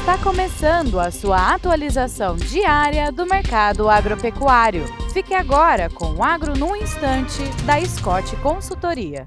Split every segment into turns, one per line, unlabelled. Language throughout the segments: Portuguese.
Está começando a sua atualização diária do mercado agropecuário. Fique agora com o Agro no Instante, da Scott Consultoria.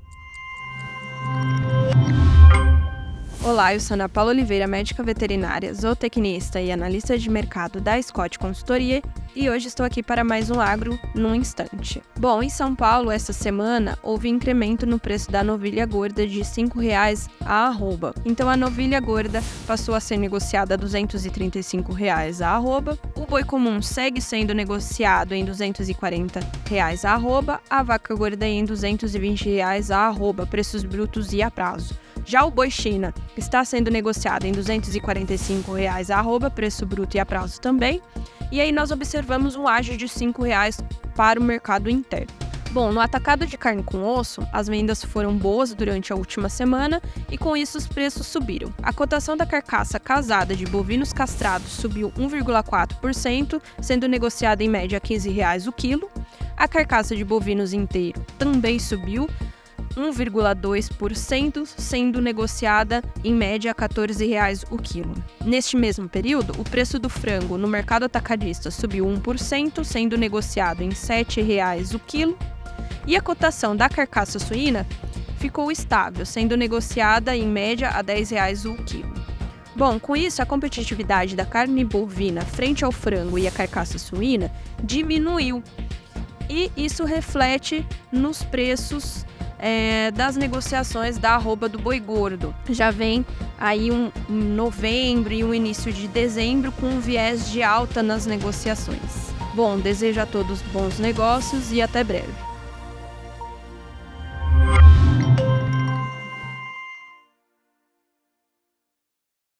Olá, eu sou Ana Paula Oliveira, médica veterinária, zootecnista e analista de mercado da Scott Consultoria, e hoje estou aqui para mais um Agro no Instante. Bom, em São Paulo, essa semana, houve incremento no preço da novilha gorda de R$ 5,00 a arroba. Então, a novilha gorda passou a ser negociada a R$ 235,00 a arroba. O boi comum segue sendo negociado em R$ 240,00 a arroba. A vaca gorda em R$ 220,00 a arroba, preços brutos e a prazo. Já o boi China está sendo negociado em R$ 245,00 a arroba, preço bruto e a prazo também. E aí nós observamos um ágio de R$ 5,00 para o mercado interno. Bom, no atacado de carne com osso, as vendas foram boas durante a última semana e com isso os preços subiram. A cotação da carcaça casada de bovinos castrados subiu 1,4%, sendo negociada em média R$ 15,00 o quilo. A carcaça de bovinos inteiro também subiu 1,2%, sendo negociada em média R$ 14,00 o quilo. Neste mesmo período, o preço do frango no mercado atacadista subiu 1%, sendo negociado em R$ 7,00 o quilo, e a cotação da carcaça suína ficou estável, sendo negociada em média a R$ 10,00 o quilo. Bom, com isso, a competitividade da carne bovina frente ao frango e à carcaça suína diminuiu, e isso reflete nos preços das negociações da arroba do boi gordo. Já vem aí um novembro e um início de dezembro com um viés de alta nas negociações. Bom, desejo a todos bons negócios e até breve.